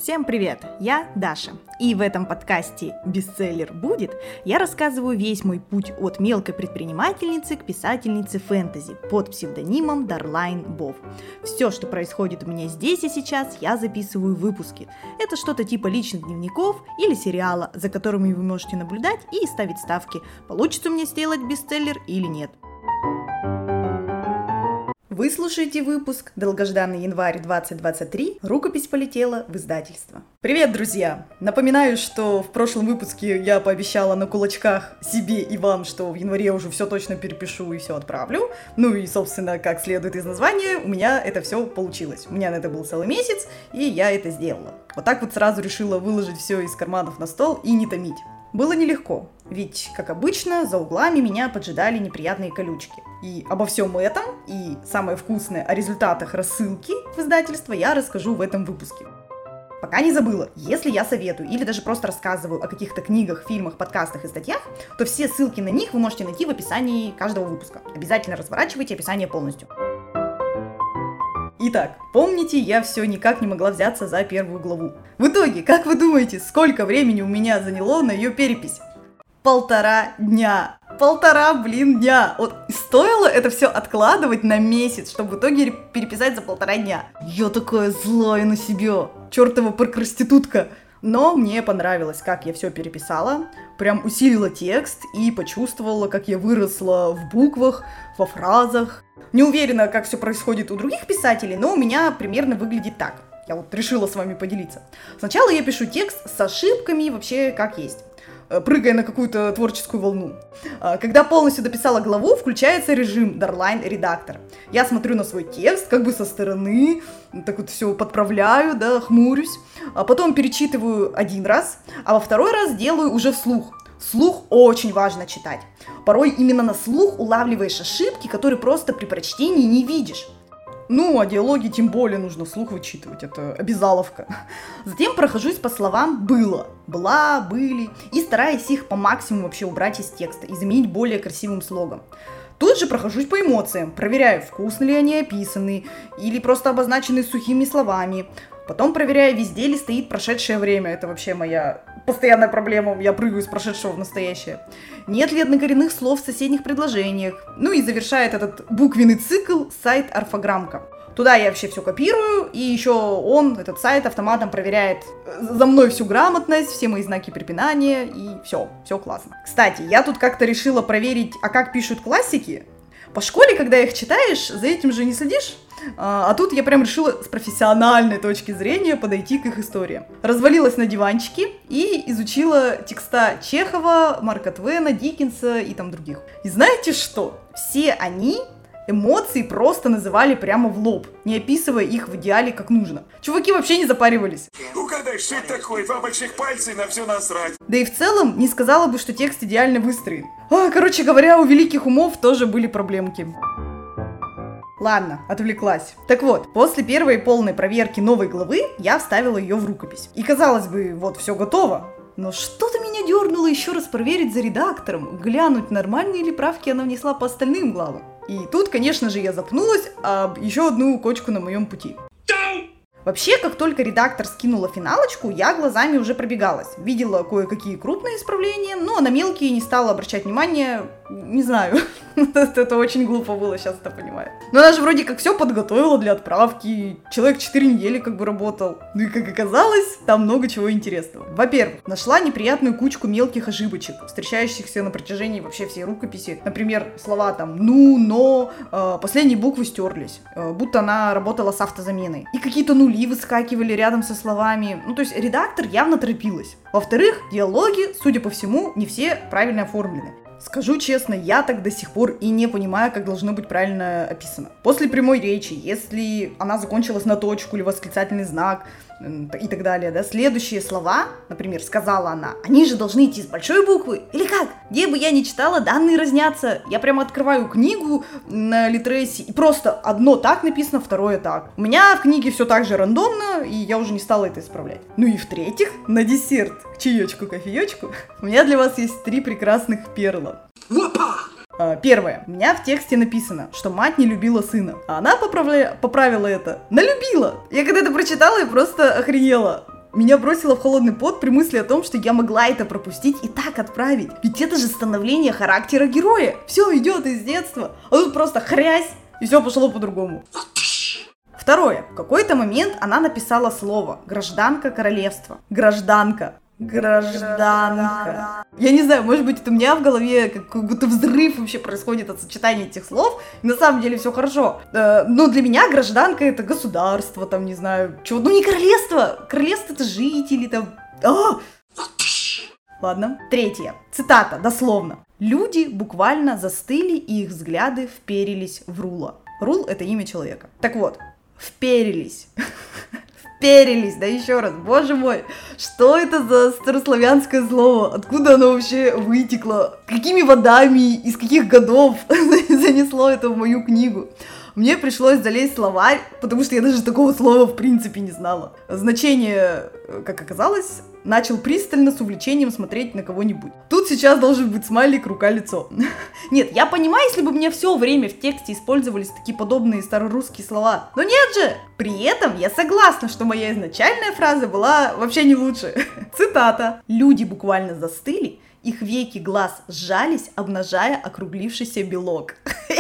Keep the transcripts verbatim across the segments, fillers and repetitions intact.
Всем привет, я Даша, и в этом подкасте «Бестселлер будет» я рассказываю весь мой путь от мелкой предпринимательницы к писательнице фэнтези под псевдонимом Дарлайн Бов. Все, что происходит у меня здесь и сейчас, я записываю в выпуски. Это что-то типа личных дневников или сериала, за которыми вы можете наблюдать и ставить ставки, получится у меня сделать бестселлер или нет. Вы слушаете выпуск «Долгожданный январь двадцать двадцать три. Рукопись полетела в издательство». Привет, друзья! Напоминаю, что в прошлом выпуске я пообещала на кулачках себе и вам, что в январе уже все точно перепишу и все отправлю. Ну и, собственно, как следует из названия, у меня это все получилось. У меня на это был целый месяц, и я это сделала. Вот так вот сразу решила выложить все из карманов на стол и не томить. Было нелегко, ведь, как обычно, за углами меня поджидали неприятные колючки. И обо всем этом, и самое вкусное, о результатах рассылки в издательство я расскажу в этом выпуске. Пока не забыла, если я советую или даже просто рассказываю о каких-то книгах, фильмах, подкастах и статьях, то все ссылки на них вы можете найти в описании каждого выпуска. Обязательно разворачивайте описание полностью. Итак, помните, я все никак не могла взяться за первую главу. В итоге, как вы думаете, сколько времени у меня заняло на ее перепись? Полтора дня. Полтора, блин, дня. Вот стоило это все откладывать на месяц, чтобы в итоге переписать за полтора дня. Я такая злая на себя. Чертова прокраститутка. Но мне понравилось, как я все переписала. Прям усилила текст и почувствовала, как я выросла в буквах, во фразах. Не уверена, как все происходит у других писателей, но у меня примерно выглядит так. Я вот решила с вами поделиться. Сначала я пишу текст с ошибками, вообще как есть, прыгая на какую-то творческую волну. Когда полностью дописала главу, включается режим Darline редактор. Я смотрю на свой текст как бы со стороны, так вот все подправляю, да, хмурюсь, а потом перечитываю один раз, а во второй раз делаю уже вслух. Вслух очень важно читать. Порой именно на слух улавливаешь ошибки, которые просто при прочтении не видишь. Ну, а диалоги тем более нужно вслух вычитывать, это обязаловка. Затем прохожусь по словам «было», «была», «были» и стараюсь их по максимуму вообще убрать из текста и заменить более красивым слогом. Тут же прохожусь по эмоциям, проверяю, вкусно ли они описаны или просто обозначены сухими словами. Потом проверяю, везде ли стоит прошедшее время, это вообще моя постоянная проблема, я прыгаю из прошедшего в настоящее. Нет ли однокоренных слов в соседних предложениях. Ну и завершает этот буквенный цикл сайт Орфограммка. Туда я вообще все копирую, и еще он, этот сайт, автоматом проверяет за мной всю грамотность, все мои знаки препинания, и все, все классно. Кстати, я тут как-то решила проверить, а как пишут классики. По школе, когда их читаешь, за этим же не следишь. А тут я прям решила с профессиональной точки зрения подойти к их историям. Развалилась на диванчике и изучила текста Чехова, Марка Твена, Диккенса и там других. И знаете что? Все они эмоции просто называли прямо в лоб, не описывая их в идеале как нужно. Чуваки вообще не запаривались. Угадай, что это такое? Два больших пальца и на все насрать. Да и в целом не сказала бы, что текст идеально выстроен. А, короче говоря, у великих умов тоже были проблемки. Ладно, отвлеклась. Так вот, после первой полной проверки новой главы я вставила ее в рукопись. И казалось бы, вот все готово. Но что-то меня дернуло еще раз проверить за редактором, глянуть, нормальные ли правки она внесла по остальным главам. И тут, конечно же, я запнулась об еще одну кочку на моем пути. Вообще, как только редактор скинула финалочку, я глазами уже пробегалась. Видела кое-какие крупные исправления, но на мелкие не стала обращать внимания. Не знаю, это очень глупо было, сейчас это понимаю. Но она же вроде как все подготовила для отправки. Человек четыре недели как бы работал. Ну и как оказалось, там много чего интересного. Во-первых, нашла неприятную кучку мелких ошибочек, встречающихся на протяжении вообще всей рукописи. Например, слова там «ну», «но», э, последние буквы стерлись, э, будто она работала с автозаменой. И какие-то нули выскакивали рядом со словами. Ну, то есть редактор явно торопилась. Во-вторых, диалоги, судя по всему, не все правильно оформлены. Скажу честно, я так до сих пор и не понимаю, как должно быть правильно описано. После прямой речи, если она закончилась на точку или восклицательный знак и так далее, да, следующие слова, например, сказала она, они же должны идти с большой буквы, или как? Где бы я ни читала, данные разнятся. Я прямо открываю книгу на Литресе, и просто одно так написано, второе так. У меня в книге все так же рандомно, и я уже не стала это исправлять. Ну и в-третьих, на десерт, к чаечку, кофеечку, у меня для вас есть три прекрасных перла. Первое. У меня в тексте написано, что мать не любила сына. А она поправля... поправила это на любила. Я когда это прочитала, я просто охренела. Меня бросило в холодный пот при мысли о том, что я могла это пропустить и так отправить. Ведь это же становление характера героя. Все идет из детства, а тут просто хрясь, и все пошло по-другому. Второе. В какой-то момент она написала слово «гражданка королевства». Гражданка. Гражданка. Я не знаю, может быть, это у меня в голове как будто взрыв вообще происходит от сочетания этих слов. И на самом деле все хорошо. Но для меня гражданка — это государство, там, не знаю, чего. Ну, не королевство. Королевство — это жители, там. А! Ладно. Третье. Цитата, дословно. «Люди буквально застыли, и их взгляды вперились в Рула». Рул — это имя человека. Так вот, вперились. Вперились, да еще раз, боже мой, что это за старославянское слово, откуда оно вообще вытекло, какими водами, из каких годов занесло это в мою книгу. Мне пришлось залезть в словарь, потому что я даже такого слова в принципе не знала. Значение, как оказалось, начал пристально с увлечением смотреть на кого-нибудь. Тут сейчас должен быть смайлик рука-лицо. Нет, я понимаю, если бы у меня все время в тексте использовались такие подобные старорусские слова. Но нет же! При этом я согласна, что моя изначальная фраза была вообще не лучше. Цитата. «Люди буквально застыли, их веки глаз сжались, обнажая округлившийся белок».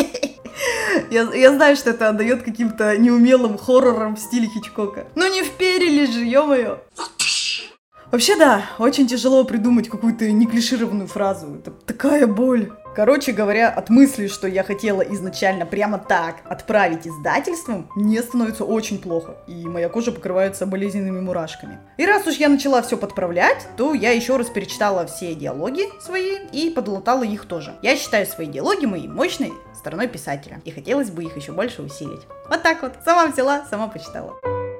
Я, я знаю, что это отдает каким-то неумелым хоррорам в стиле Хичкока. Ну не вперили же, ё-моё. Вообще да, очень тяжело придумать какую-то неклишированную фразу. Это такая боль. Короче говоря, от мысли, что я хотела изначально прямо так отправить издательством, мне становится очень плохо, и моя кожа покрывается болезненными мурашками. И раз уж я начала все подправлять, то я еще раз перечитала все диалоги свои и подлатала их тоже. Я считаю свои диалоги моей мощной стороной писателя, и хотелось бы их еще больше усилить. Вот так вот, сама взяла, сама почитала.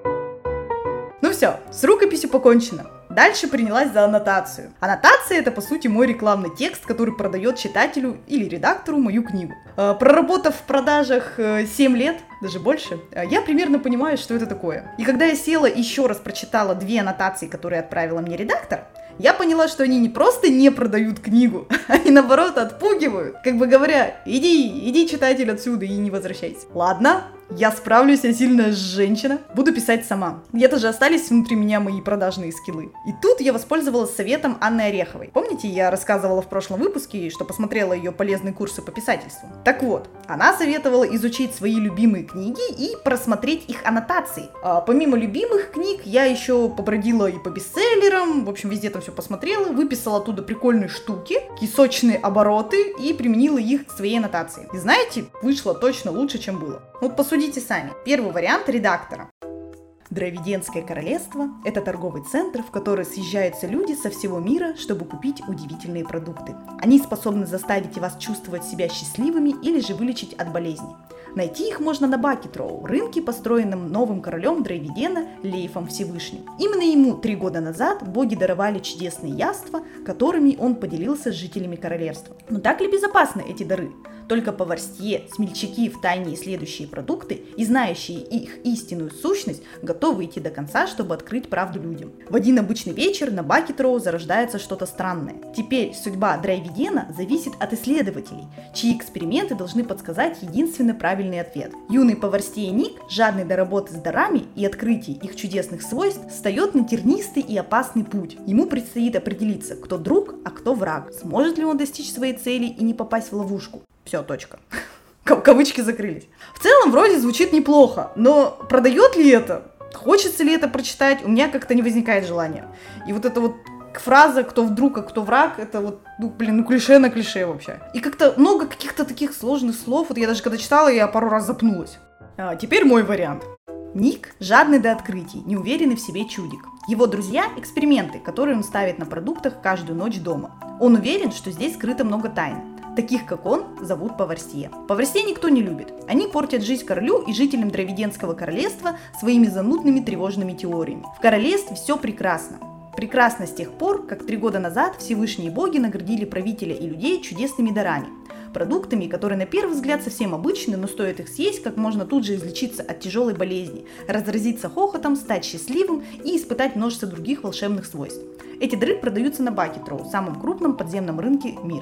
Ну все, с рукописью покончено. Дальше принялась за аннотацию. Аннотация — это, по сути, мой рекламный текст, который продает читателю или редактору мою книгу. Проработав в продажах семь лет, даже больше, я примерно понимаю, что это такое. И когда я села и еще раз прочитала две аннотации, которые отправила мне редактор, я поняла, что они не просто не продают книгу, они, наоборот, отпугивают. Как бы говоря, иди, иди, читатель, отсюда и не возвращайся. Ладно, я справлюсь, я сильная женщина. Буду писать сама. Где-то же остались внутри меня мои продажные скиллы. И тут я воспользовалась советом Анны Ореховой. Помните, я рассказывала в прошлом выпуске, что посмотрела ее полезные курсы по писательству? Так вот, она советовала изучить свои любимые книги и просмотреть их аннотации. А помимо любимых книг, я еще побродила и по бестселлерам, в общем, везде там все посмотрела, выписала оттуда прикольные штуки, кисочные обороты и применила их к своей аннотации. И знаете, вышло точно лучше, чем было. Вот посудите сами. Первый вариант редактора. Дравиденское королевство – это торговый центр, в который съезжаются люди со всего мира, чтобы купить удивительные продукты. Они способны заставить вас чувствовать себя счастливыми или же вылечить от болезней. Найти их можно на Бакетроу, рынке, построенном новым королем Дравидена Лейфом Всевышним. Именно ему три года назад боги даровали чудесные яства, которыми он поделился с жителями королевства. Но так ли безопасны эти дары? Только поварсье, смельчаки, втайне исследующие продукты и знающие их истинную сущность готовы идти до конца, чтобы открыть правду людям. В один обычный вечер на Бакетроу зарождается что-то странное. Теперь судьба Дравидена зависит от исследователей, чьи эксперименты должны подсказать единственно правильный ответ. Юный поварсье Ник, жадный до работы с дарами и открытия их чудесных свойств, встает на тернистый и опасный путь. Ему предстоит определиться, кто друг, а кто враг. Сможет ли он достичь своей цели и не попасть в ловушку? Все, точка. Кавычки закрылись. В целом, вроде звучит неплохо, но продает ли это? Хочется ли это прочитать? У меня как-то не возникает желания. И вот эта вот фраза «кто вдруг, а кто враг» — это вот, ну, блин, ну клише на клише вообще. И как-то много каких-то таких сложных слов. Вот я даже когда читала, я пару раз запнулась. А теперь мой вариант. Ник жадный до открытий, неуверенный в себе чудик. Его друзья – эксперименты, которые он ставит на продуктах каждую ночь дома. Он уверен, что здесь скрыто много тайн. Таких, как он, зовут поварсье. Поварсье никто не любит. Они портят жизнь королю и жителям Дравиденского королевства своими занудными тревожными теориями. В королевстве все прекрасно. Прекрасно с тех пор, как три года назад всевышние боги наградили правителя и людей чудесными дарами. Продуктами, которые на первый взгляд совсем обычны, но стоит их съесть, как можно тут же излечиться от тяжелой болезни, разразиться хохотом, стать счастливым и испытать множество других волшебных свойств. Эти дары продаются на Бакетроу, самом крупном подземном рынке мира.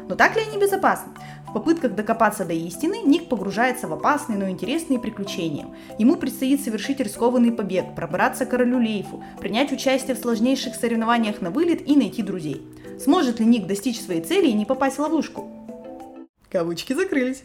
Но так ли они безопасны? В попытках докопаться до истины Ник погружается в опасные, но интересные приключения. Ему предстоит совершить рискованный побег, пробраться к королю Лейфу, принять участие в сложнейших соревнованиях на вылет и найти друзей. Сможет ли Ник достичь своей цели и не попасть в ловушку? Кавычки закрылись.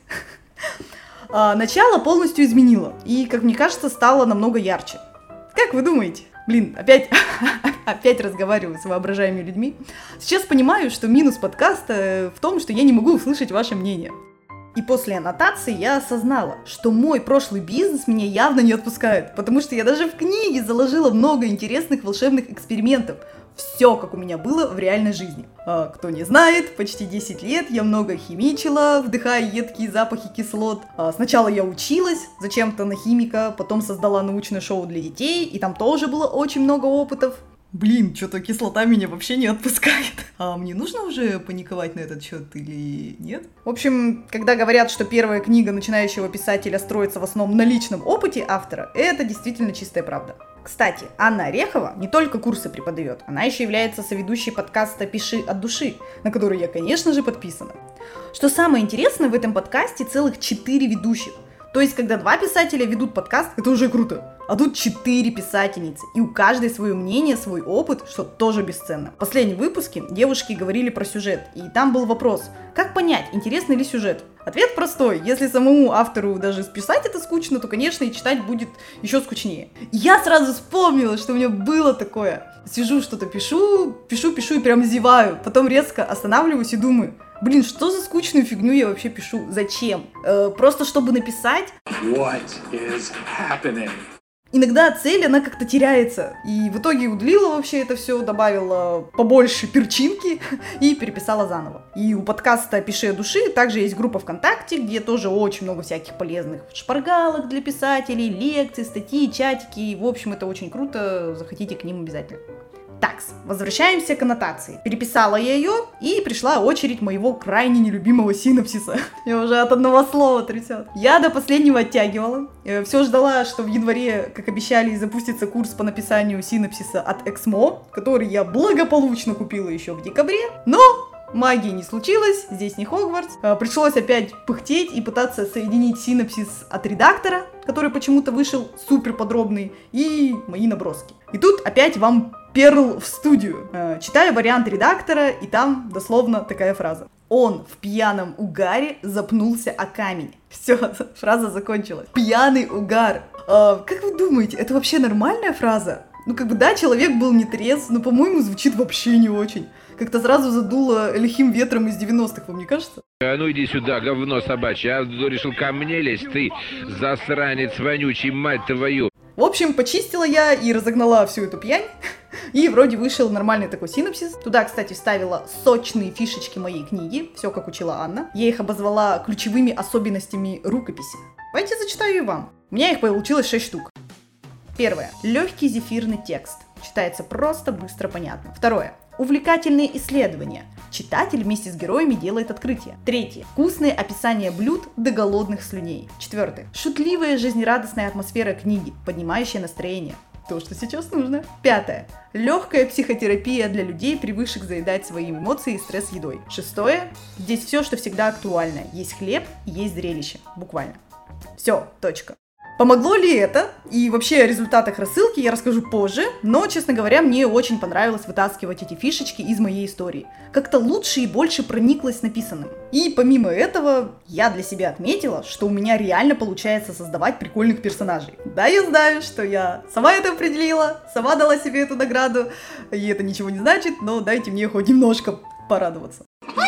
А, начало полностью изменило и, как мне кажется, стало намного ярче. Как вы думаете? Блин, опять, опять разговариваю с воображаемыми людьми. Сейчас понимаю, что минус подкаста в том, что я не могу услышать ваше мнение. И после аннотации я осознала, что мой прошлый бизнес меня явно не отпускает, потому что я даже в книге заложила много интересных волшебных экспериментов. Все, как у меня было в реальной жизни. А, кто не знает, почти десять лет я много химичила, вдыхая едкие запахи кислот. А, сначала я училась зачем-то на химика, потом создала научное шоу для детей, и там тоже было очень много опытов. Блин, что-то кислота меня вообще не отпускает. А мне нужно уже паниковать на этот счет или нет? В общем, когда говорят, что первая книга начинающего писателя строится в основном на личном опыте автора, это действительно чистая правда. Кстати, Анна Орехова не только курсы преподает, она еще является соведущей подкаста «Пиши от души», на который я, конечно же, подписана. Что самое интересное, в этом подкасте целых четыре ведущих. То есть, когда два писателя ведут подкаст, это уже круто. А тут четыре писательницы, и у каждой свое мнение, свой опыт, что тоже бесценно. В последнем выпуске девушки говорили про сюжет, и там был вопрос, как понять, интересный ли сюжет? Ответ простой, если самому автору даже писать это скучно, то, конечно, и читать будет еще скучнее. И я сразу вспомнила, что у меня было такое. Сижу, что-то пишу, пишу, пишу и прям зеваю, потом резко останавливаюсь и думаю, блин, что за скучную фигню я вообще пишу? Зачем? Э, просто чтобы написать? What is happening? Иногда цель, она как-то теряется. И в итоге удалила вообще это все, добавила побольше перчинки и переписала заново. И у подкаста «Пиши от души» также есть группа ВКонтакте, где тоже очень много всяких полезных шпаргалок для писателей, лекций, статьи, чатики. В общем, это очень круто, заходите к ним обязательно. Такс, возвращаемся к аннотации. Переписала я ее, и пришла очередь моего крайне нелюбимого синопсиса. Я уже от одного слова трясет. Я до последнего оттягивала. Все ждала, что в январе, как обещали, запустится курс по написанию синопсиса от Эксмо, который я благополучно купила еще в декабре. Но магии не случилось, здесь не Хогвартс. Пришлось опять пыхтеть и пытаться соединить синопсис от редактора, который почему-то вышел супер подробный, и мои наброски. И тут опять вам перл в студию. Э, читаю вариант редактора, и там дословно такая фраза. Он в пьяном угаре запнулся о камень. Все, фраза закончилась. Пьяный угар. Э, как вы думаете, это вообще нормальная фраза? Ну, как бы, да, человек был не трезв, но, по-моему, звучит вообще не очень. Как-то сразу задуло лихим ветром из девяностых, вам не кажется? А ну иди сюда, говно собачье, а решил ко мне лезть, ты засранец вонючий, мать твою. В общем, почистила я и разогнала всю эту пьянь, и вроде вышел нормальный такой синопсис. Туда, кстати, вставила сочные фишечки моей книги, все как учила Анна. Я их обозвала ключевыми особенностями рукописи. Давайте зачитаю и вам. У меня их получилось шесть штук. Первое. Легкий зефирный текст. Читается просто, быстро, понятно. Второе. Увлекательные исследования. Читатель вместе с героями делает открытие. Третье. Вкусные описания блюд до голодных слюней. Четвертое. Шутливая жизнерадостная атмосфера книги, поднимающая настроение. То, что сейчас нужно. Пятое. Легкая психотерапия для людей, привыкших заедать свои эмоции и стресс едой. Шестое. Здесь все, что всегда актуально. Есть хлеб и есть зрелище. Буквально. Все, точка. Помогло ли это? И вообще о результатах рассылки я расскажу позже, но, честно говоря, мне очень понравилось вытаскивать эти фишечки из моей истории. Как-то лучше и больше прониклась написанным. И помимо этого, я для себя отметила, что у меня реально получается создавать прикольных персонажей. Да, я знаю, что я сама это определила, сама дала себе эту награду, и это ничего не значит, но дайте мне хоть немножко порадоваться.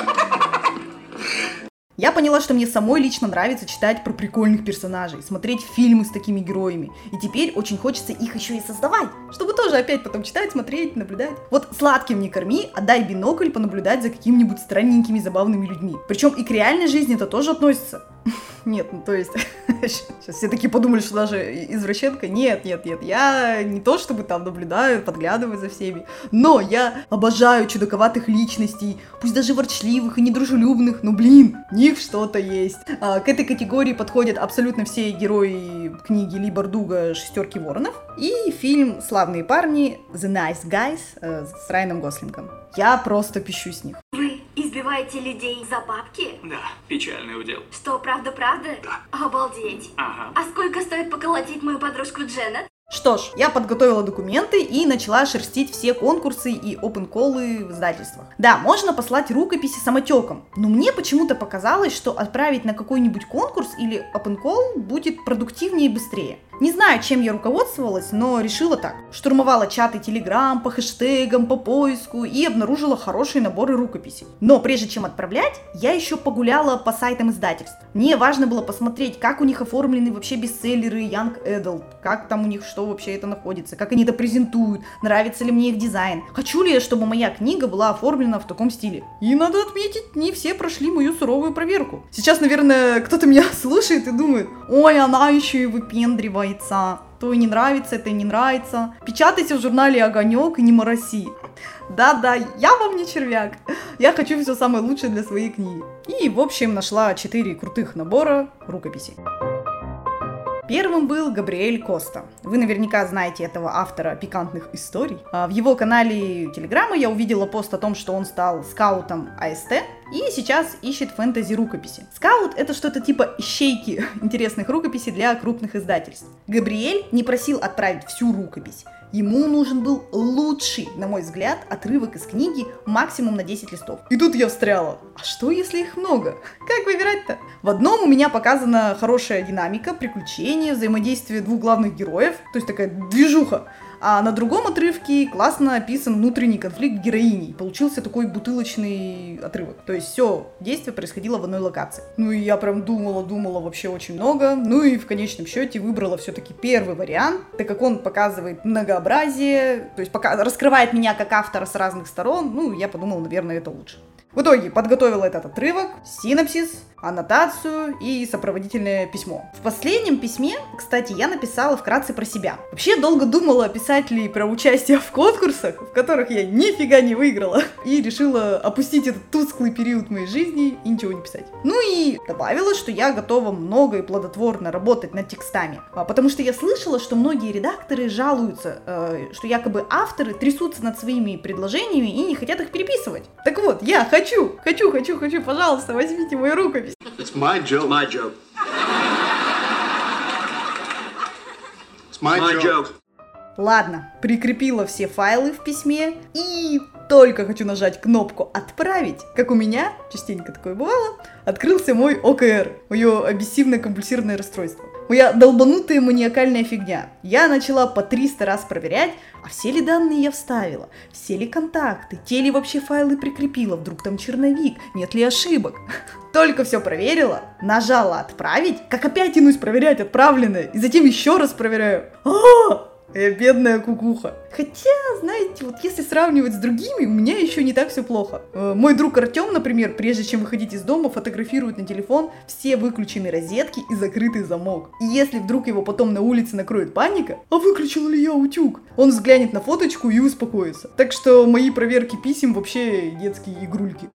Я поняла, что мне самой лично нравится читать про прикольных персонажей, смотреть фильмы с такими героями. И теперь очень хочется их еще и создавать, чтобы тоже опять потом читать, смотреть, наблюдать. Вот сладким не корми, а дай бинокль понаблюдать за какими-нибудь странненькими забавными людьми. Причем и к реальной жизни это тоже относится. Нет, ну то есть, сейчас все такие подумали, что даже извращенка. Нет, нет, нет, я не то чтобы там наблюдаю, подглядываю за всеми, но я обожаю чудаковатых личностей, пусть даже ворчливых и недружелюбных, но блин, в них что-то есть. А, к этой категории подходят абсолютно все герои книги Ли Бардуга «Шестерки воронов» и фильм «Славные парни» The Nice Guys э, с Райаном Гослингом. Я просто пищу с них. Вы избиваете убиваете людей за бабки? Да, печальный удел. Что, правда-правда? Да. Обалдеть. Ага. А сколько стоит поколотить мою подружку Дженнет? Что ж, я подготовила документы и начала шерстить все конкурсы и опен-коллы в издательствах. Да, можно послать рукописи самотеком, но мне почему-то показалось, что отправить на какой-нибудь конкурс или опен-колл будет продуктивнее и быстрее. Не знаю, чем я руководствовалась, но решила так. Штурмовала чаты Telegram по хэштегам, по поиску и обнаружила хорошие наборы рукописей. Но прежде чем отправлять, я еще погуляла по сайтам издательств. Мне важно было посмотреть, как у них оформлены вообще бестселлеры Young Adult, как там у них что вообще это находится, как они это презентуют, нравится ли мне их дизайн, хочу ли я, чтобы моя книга была оформлена в таком стиле. И надо отметить, не все прошли мою суровую проверку. Сейчас, наверное, кто-то меня слушает и думает: ой, она еще и выпендривает. То и не нравится, это и не нравится. Печатайте в журнале «Огонек» и не мороси. Да-да, я вам не червяк. Я хочу все самое лучшее для своей книги. И, в общем, нашла четыре крутых набора рукописей. Первым был Габриэль Коста. Вы наверняка знаете этого автора пикантных историй. В его канале Телеграма я увидела пост о том, что он стал скаутом А Эс Тэ и сейчас ищет фэнтези-рукописи. Скаут — это что-то типа ищейки интересных рукописей для крупных издательств. Габриэль не просил отправить всю рукопись. Ему нужен был лучший, на мой взгляд, отрывок из книги максимум на десять листов. И тут я встряла. А что, если их много? Как выбирать-то? В одном у меня показана хорошая динамика, приключения, взаимодействие двух главных героев, то есть такая движуха. А на другом отрывке классно описан внутренний конфликт героини. Получился такой бутылочный отрывок. То есть все действие происходило в одной локации. Ну и я прям думала-думала вообще очень много. Ну и в конечном счете выбрала все-таки первый вариант, так как он показывает многообразие, то есть пока раскрывает меня как автора с разных сторон. Ну, я подумала, наверное, это лучше. В итоге подготовила этот отрывок, синопсис, аннотацию и сопроводительное письмо. В последнем письме, кстати, я написала вкратце про себя. Вообще долго думала, писать ли про участие в конкурсах, в которых я нифига не выиграла, и решила опустить этот тусклый период моей жизни и ничего не писать. Ну и добавила, что я готова много и плодотворно работать над текстами, потому что я слышала, что многие редакторы жалуются, что якобы авторы трясутся над своими предложениями и не хотят их переписывать. Так вот, я хочу, хочу, хочу, хочу, пожалуйста, возьмите мою рукопись. It's my joke. My joke. It's my, my joke. joke. Ладно, прикрепила все файлы в письме и только хочу нажать кнопку «Отправить», как у меня, частенько такое бывало, открылся мой О Ка Эр, мое обессивно-компульсивное расстройство. Моя долбанутая маниакальная фигня. Я начала по триста раз проверять, а все ли данные я вставила, все ли контакты, те ли вообще файлы прикрепила, вдруг там черновик, нет ли ошибок. Только все проверила, нажала «Отправить», как опять тянусь проверять отправленное, и затем еще раз проверяю. А-а-а! Я бедная кукуха. Хотя, знаете, вот если сравнивать с другими, у меня еще не так все плохо. Мой друг Артем, например, прежде чем выходить из дома, фотографирует на телефон все выключенные розетки и закрытый замок. И если вдруг его потом на улице накроет паника, а выключил ли я утюг, он взглянет на фоточку и успокоится. Так что мои проверки писем вообще детские игрульки.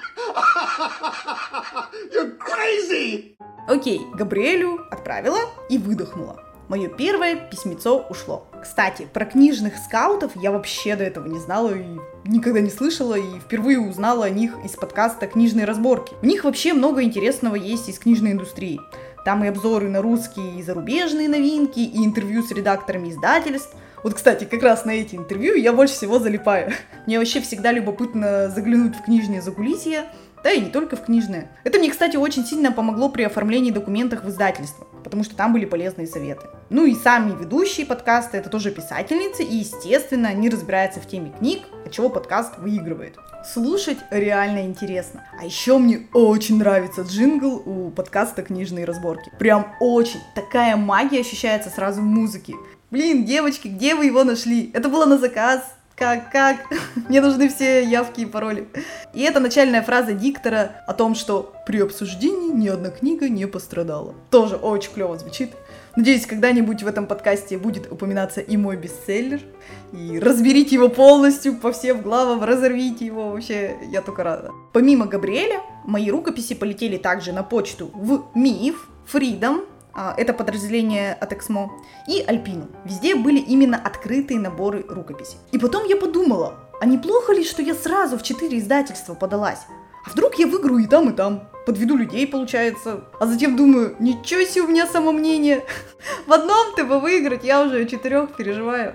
You're crazy! Окей, Габриэлю отправила и выдохнула. Мое первое письмецо ушло. Кстати, про книжных скаутов я вообще до этого не знала и никогда не слышала, и впервые узнала о них из подкаста «Книжные разборки». У них вообще много интересного есть из книжной индустрии. Там и обзоры на русские и зарубежные новинки, и интервью с редакторами издательств. Вот, кстати, как раз на эти интервью я больше всего залипаю. Мне вообще всегда любопытно заглянуть в книжные закулисья, да и не только в книжные. Это мне, кстати, очень сильно помогло при оформлении документов в издательство, потому что там были полезные советы. Ну и сами ведущие подкаста — это тоже писательницы, и, естественно, они разбираются в теме книг, отчего подкаст выигрывает. Слушать реально интересно. А еще мне очень нравится джингл у подкаста «Книжные разборки». Прям очень. Такая магия ощущается сразу в музыке. Блин, девочки, где вы его нашли? Это было на заказ. Как, как? Мне нужны все явки и пароли. И это начальная фраза диктора о том, что при обсуждении ни одна книга не пострадала. Тоже очень клево звучит. Надеюсь, когда-нибудь в этом подкасте будет упоминаться и мой бестселлер. И разберите его полностью по всем главам, разорвите его. Вообще, я только рада. Помимо Габриэля, мои рукописи полетели также на почту в Миф, Freedom, это подразделение от Эксмо, и Альпину. Везде были именно открытые наборы рукописей. И потом я подумала, а неплохо ли, что я сразу в четыре издательства подалась? Вдруг я выиграю и там, и там. Подведу людей, получается. А затем думаю, ничего себе у меня самомнение. В одном ты бы выиграть, я уже о четырех переживаю.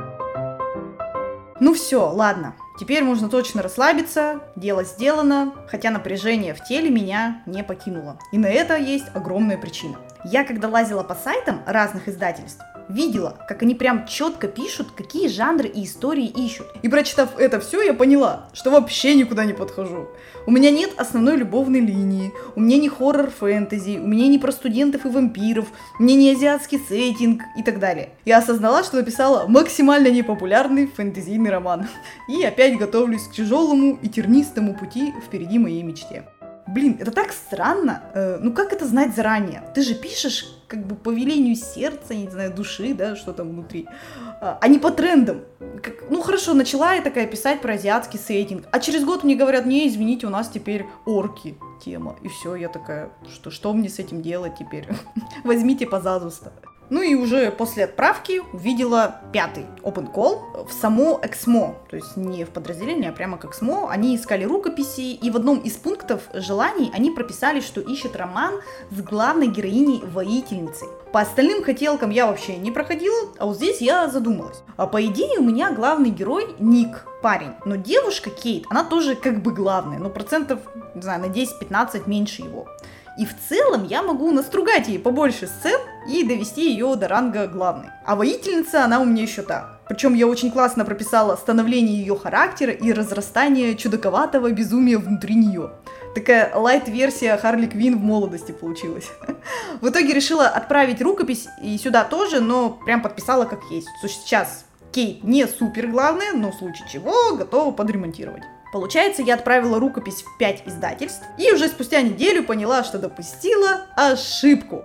Ну все, ладно. Теперь можно точно расслабиться, дело сделано, хотя напряжение в теле меня не покинуло. И на это есть огромная причина. Я когда лазила по сайтам разных издательств, видела, как они прям четко пишут, какие жанры и истории ищут. И прочитав это все, я поняла, что вообще никуда не подхожу. У меня нет основной любовной линии, у меня не хоррор-фэнтези, у меня не про студентов и вампиров, у меня не азиатский сеттинг и так далее. Я осознала, что написала максимально непопулярный фэнтезийный роман. И опять готовлюсь к тяжелому и тернистому пути впереди моей мечте. Блин, это так странно. Э, ну как это знать заранее? Ты же пишешь как бы по велению сердца, не знаю, души, да, что там внутри, а, а не по трендам. Как, ну хорошо, начала я такая писать про азиатский сеттинг, а через год мне говорят, не, извините, у нас теперь орки тема. И все, я такая, что, что мне с этим делать теперь? Возьмите, пожалуйста. Ну и уже после отправки увидела пятый open call в само Эксмо, то есть не в подразделение, а прямо к Эксмо. Они искали рукописи, и в одном из пунктов желаний они прописали, что ищет роман с главной героиней-воительницей. По остальным хотелкам я вообще не проходила, а вот здесь я задумалась. А по идее у меня главный герой Ник, парень, но девушка Кейт, она тоже как бы главная, но процентов, не знаю, на десять-пятнадцать меньше его. И в целом я могу настругать ей побольше сцен и довести ее до ранга главной. А воительница, она у меня еще та. Причем я очень классно прописала становление ее характера и разрастание чудаковатого безумия внутри нее. Такая лайт-версия Харли Квинн в молодости получилась. В итоге решила отправить рукопись и сюда тоже, но прям подписала как есть. Что сейчас Кейт не супер главная, но в случае чего готова подремонтировать. Получается, я отправила рукопись в пять издательств и уже спустя неделю поняла, что допустила ошибку.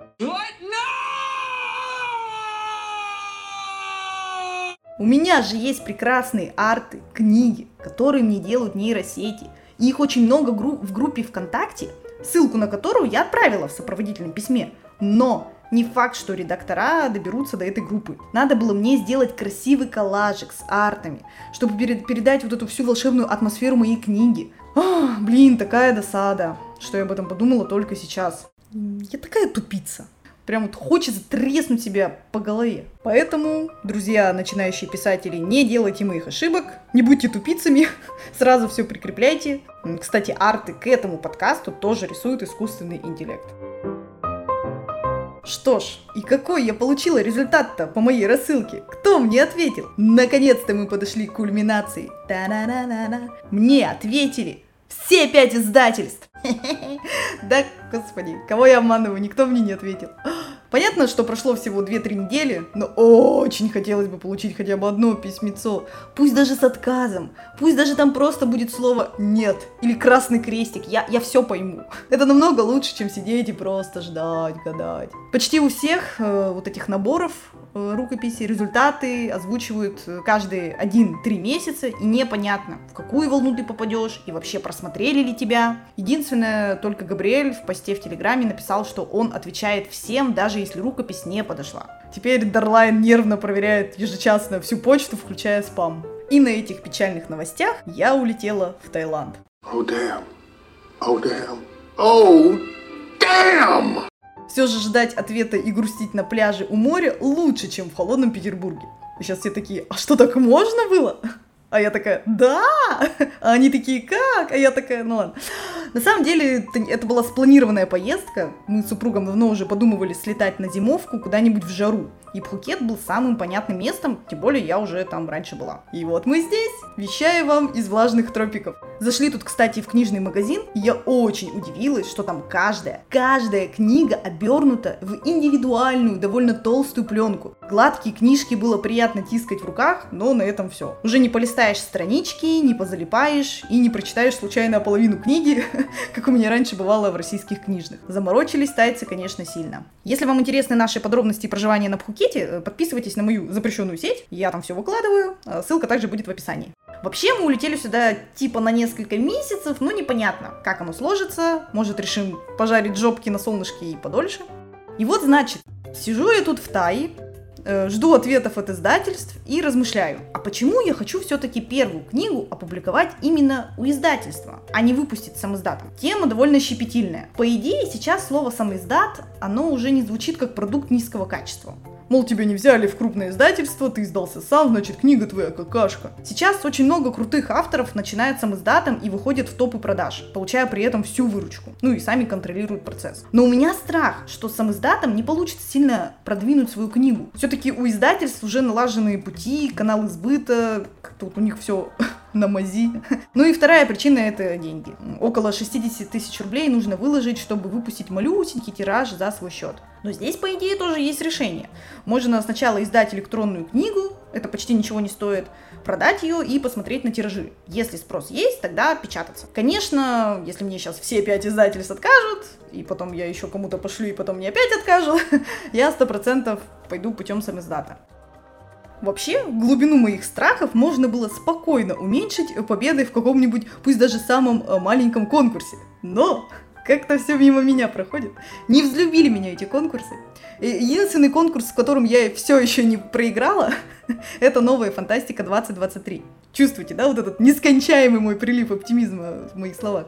У меня же есть прекрасные арты, книги, которые мне делают нейросети. И их очень много гру- в группе ВКонтакте, ссылку на которую я отправила в сопроводительном письме. Но не факт, что редактора доберутся до этой группы. Надо было мне сделать красивый коллажик с артами, чтобы перед- передать вот эту всю волшебную атмосферу моей книги. Ох, блин, такая досада, что я об этом подумала только сейчас. Я такая тупица. Прям вот хочется треснуть себя по голове. Поэтому, друзья, начинающие писатели, не делайте моих ошибок, не будьте тупицами, сразу все прикрепляйте. Кстати, арты к этому подкасту тоже рисует искусственный интеллект. Что ж, и какой я получила результат-то по моей рассылке? Кто мне ответил? Наконец-то мы подошли к кульминации. Та-на-на-на-на. Мне ответили все пять издательств. Да, господи, кого я обманываю, никто мне не ответил. Понятно, что прошло всего две-три недели, но очень хотелось бы получить хотя бы одно письмецо, пусть даже с отказом, пусть даже там просто будет слово «нет» или красный крестик, я, я все пойму. Это намного лучше, чем сидеть и просто ждать, гадать. Почти у всех э, вот этих наборов э, рукописей результаты озвучивают каждые один-три месяца, и непонятно, в какую волну ты попадешь, и вообще просмотрели ли тебя. Единственное, только Габриэль в посте в Телеграме написал, что он отвечает всем, даже если рукопись не подошла. Теперь Дарлайн нервно проверяет ежечасно всю почту, включая спам. И на этих печальных новостях я улетела в Таиланд. Oh, damn. Oh, damn. Oh, damn! Все же ждать ответа и грустить на пляже у моря лучше, чем в холодном Петербурге. И сейчас все такие, а что, так можно было? А я такая, да! А они такие, как? А я такая, ну ладно. На самом деле, это, это была спланированная поездка. Мы с супругом давно уже подумывали слетать на зимовку куда-нибудь в жару. И Пхукет был самым понятным местом, тем более я уже там раньше была. И вот мы здесь, вещаю вам из влажных тропиков. Зашли тут, кстати, в книжный магазин, и я очень удивилась, что там каждая, каждая книга обернута в индивидуальную, довольно толстую пленку. Гладкие книжки было приятно тискать в руках, но на этом все. Уже не полистаешь странички, не позалипаешь и не прочитаешь случайно половину книги, как у меня раньше бывало в российских книжных. Заморочились тайцы, конечно, сильно. Если вам интересны наши подробности проживания на Пхукете, подписывайтесь на мою запрещенную сеть, я там все выкладываю, ссылка также будет в описании. Вообще мы улетели сюда типа на несколько месяцев, но непонятно, как оно сложится, может решим пожарить жопки на солнышке и подольше. И вот значит, сижу я тут в Тае, э, жду ответов от издательств и размышляю, а почему я хочу все-таки первую книгу опубликовать именно у издательства, а не выпустить сам издатом? Тема довольно щепетильная. По идее, сейчас слово самоиздат, оно уже не звучит как продукт низкого качества. Мол, тебя не взяли в крупное издательство, ты издался сам, значит, книга твоя какашка. Сейчас очень много крутых авторов начинают сам издатом и выходят в топы продаж, получая при этом всю выручку. Ну и сами контролируют процесс. Но у меня страх, что сам издатом не получится сильно продвинуть свою книгу. Все-таки у издательств уже налаженные пути, каналы сбыта, как-то вот у них все на мази. Ну и вторая причина — это деньги. Около шестьдесят тысяч рублей нужно выложить, чтобы выпустить малюсенький тираж за свой счет. Но здесь, по идее, тоже есть решение. Можно сначала издать электронную книгу, это почти ничего не стоит, продать ее и посмотреть на тиражи. Если спрос есть, тогда печататься. Конечно, если мне сейчас все пять издательств откажут, и потом я еще кому-то пошлю, и потом мне опять откажут, я сто процентов пойду путем самиздата. Вообще, глубину моих страхов можно было спокойно уменьшить победой в каком-нибудь, пусть даже самом маленьком конкурсе. Но как-то все мимо меня проходит. Не взлюбили меня эти конкурсы. Единственный конкурс, в котором я все еще не проиграла, это «Новая фантастика двадцать двадцать три». Чувствуете, да, вот этот нескончаемый мой прилив оптимизма в моих словах?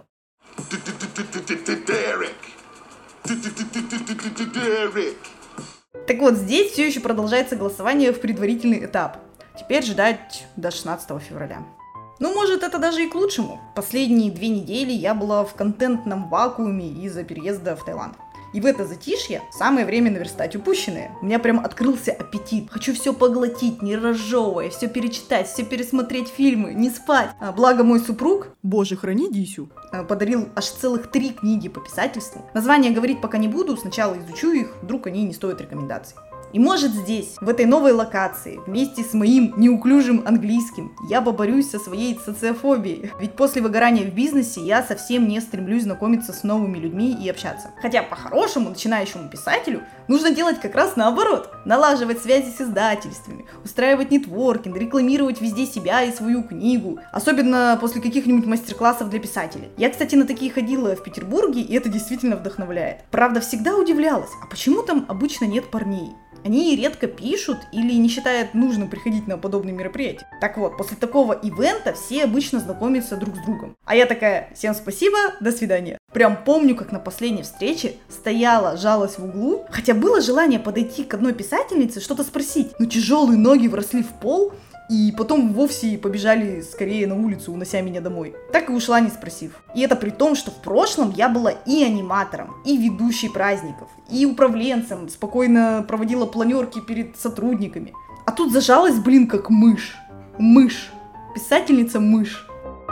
Так вот, здесь все еще продолжается голосование в предварительный этап. Теперь ждать до шестнадцатого февраля. Ну, может, это даже и к лучшему. Последние две недели я была в контентном вакууме из-за переезда в Таиланд. И в это затишье самое время наверстать упущенное. У меня прям открылся аппетит. Хочу все поглотить, не разжевывая, все перечитать, все пересмотреть фильмы, не спать. А благо мой супруг, боже, храни Дисю, подарил аж целых три книги по писательству. Названия говорить пока не буду, сначала изучу их, вдруг они не стоят рекомендаций. И может здесь, в этой новой локации, вместе с моим неуклюжим английским, я поборюсь со своей социофобией. Ведь после выгорания в бизнесе я совсем не стремлюсь знакомиться с новыми людьми и общаться. Хотя по-хорошему начинающему писателю нужно делать как раз наоборот. Налаживать связи с издательствами, устраивать нетворкинг, рекламировать везде себя и свою книгу. Особенно после каких-нибудь мастер-классов для писателей. Я, кстати, на такие ходила в Петербурге, и это действительно вдохновляет. Правда, всегда удивлялась, а почему там обычно нет парней? Они редко пишут или не считают нужным приходить на подобные мероприятия. Так вот, после такого ивента все обычно знакомятся друг с другом. А я такая: всем спасибо, до свидания. Прям помню, как на последней встрече стояла, жалась в углу, хотя было желание подойти к одной писательнице, что-то спросить, но тяжелые ноги вросли в пол, и потом вовсе побежали скорее на улицу, унося меня домой. Так и ушла, не спросив. И это при том, что в прошлом я была и аниматором, и ведущей праздников, и управленцем, спокойно проводила планерки перед сотрудниками. А тут зажалась, блин, как мышь. Мышь. Писательница-мышь.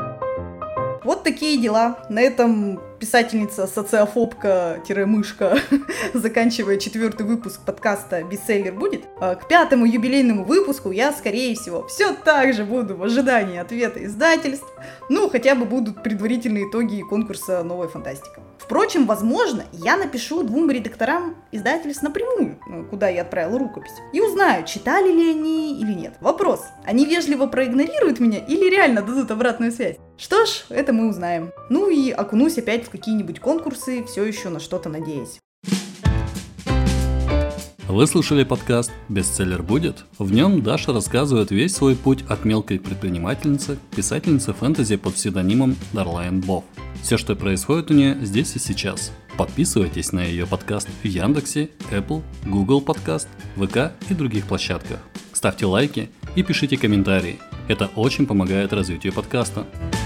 Вот такие дела. На этом писательница-социофобка-мышка заканчивая четвертый выпуск подкаста «Бестселлер» будет. К пятому юбилейному выпуску я, скорее всего, все так же буду в ожидании ответа издательств. Ну, хотя бы будут предварительные итоги конкурса «Новая фантастика». Впрочем, возможно, я напишу двум редакторам издательств напрямую, куда я отправила рукопись, и узнаю, читали ли они или нет. Вопрос: они вежливо проигнорируют меня или реально дадут обратную связь? Что ж, это мы узнаем. Ну и окунусь опять в какие-нибудь конкурсы, все еще на что-то надеясь. Вы слушали подкаст «Бестселлер будет». В нем Даша рассказывает весь свой путь от мелкой предпринимательницы к писательнице фэнтези под псевдонимом Дарлайн Бов. Все, что происходит у нее здесь и сейчас. Подписывайтесь на ее подкаст в Яндексе, Apple, Google Podcast, ВК и других площадках. Ставьте лайки и пишите комментарии. Это очень помогает развитию подкаста.